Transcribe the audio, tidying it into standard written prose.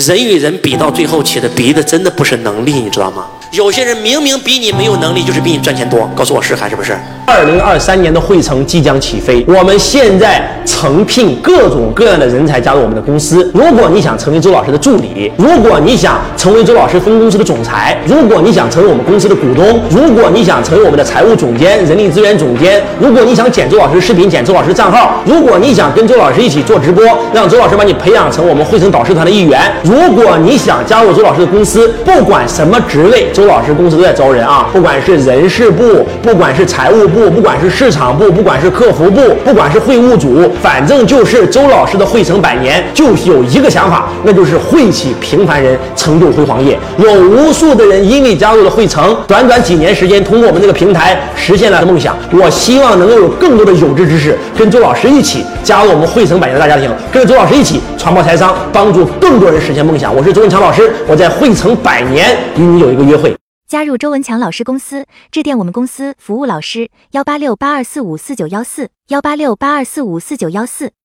人与人比到最后，起的比的真的不是能力，你知道吗？有些人明明比你没有能力，就是比你赚钱多。告诉我是还是不是 ？2023年的汇成即将起飞，我们现在诚聘各种各样的人才加入我们的公司。如果你想成为周老师的助理，如果你想成为周老师分公司的总裁，如果你想成为我们公司的股东，如果你想成为我们的财务总监、人力资源总监，如果你想剪周老师视频、剪周老师账号，如果你想跟周老师一起做直播，让周老师把你培养成我们汇成导师团的一员，如果你想加入周老师的公司，不管什么职位，周老师公司都在招人啊！不管是人事部，不管是财务部，不管是市场部，不管是客服部，不管是会务组，反正就是周老师的汇成百年，就有一个想法，那就是汇起平凡人，成就辉煌业。有无数的人因为加入了汇成，短短几年时间，通过我们这个平台实现了梦想。我希望能够有更多的有志之士跟周老师一起加入我们汇成百年的大家庭，跟着周老师一起传播财商，帮助更多人实现梦想。我是周文强老师，我在汇成百年与你有一个约会。 加入周文强老师公司，致电我们公司服务老师：18682454914，18682454914。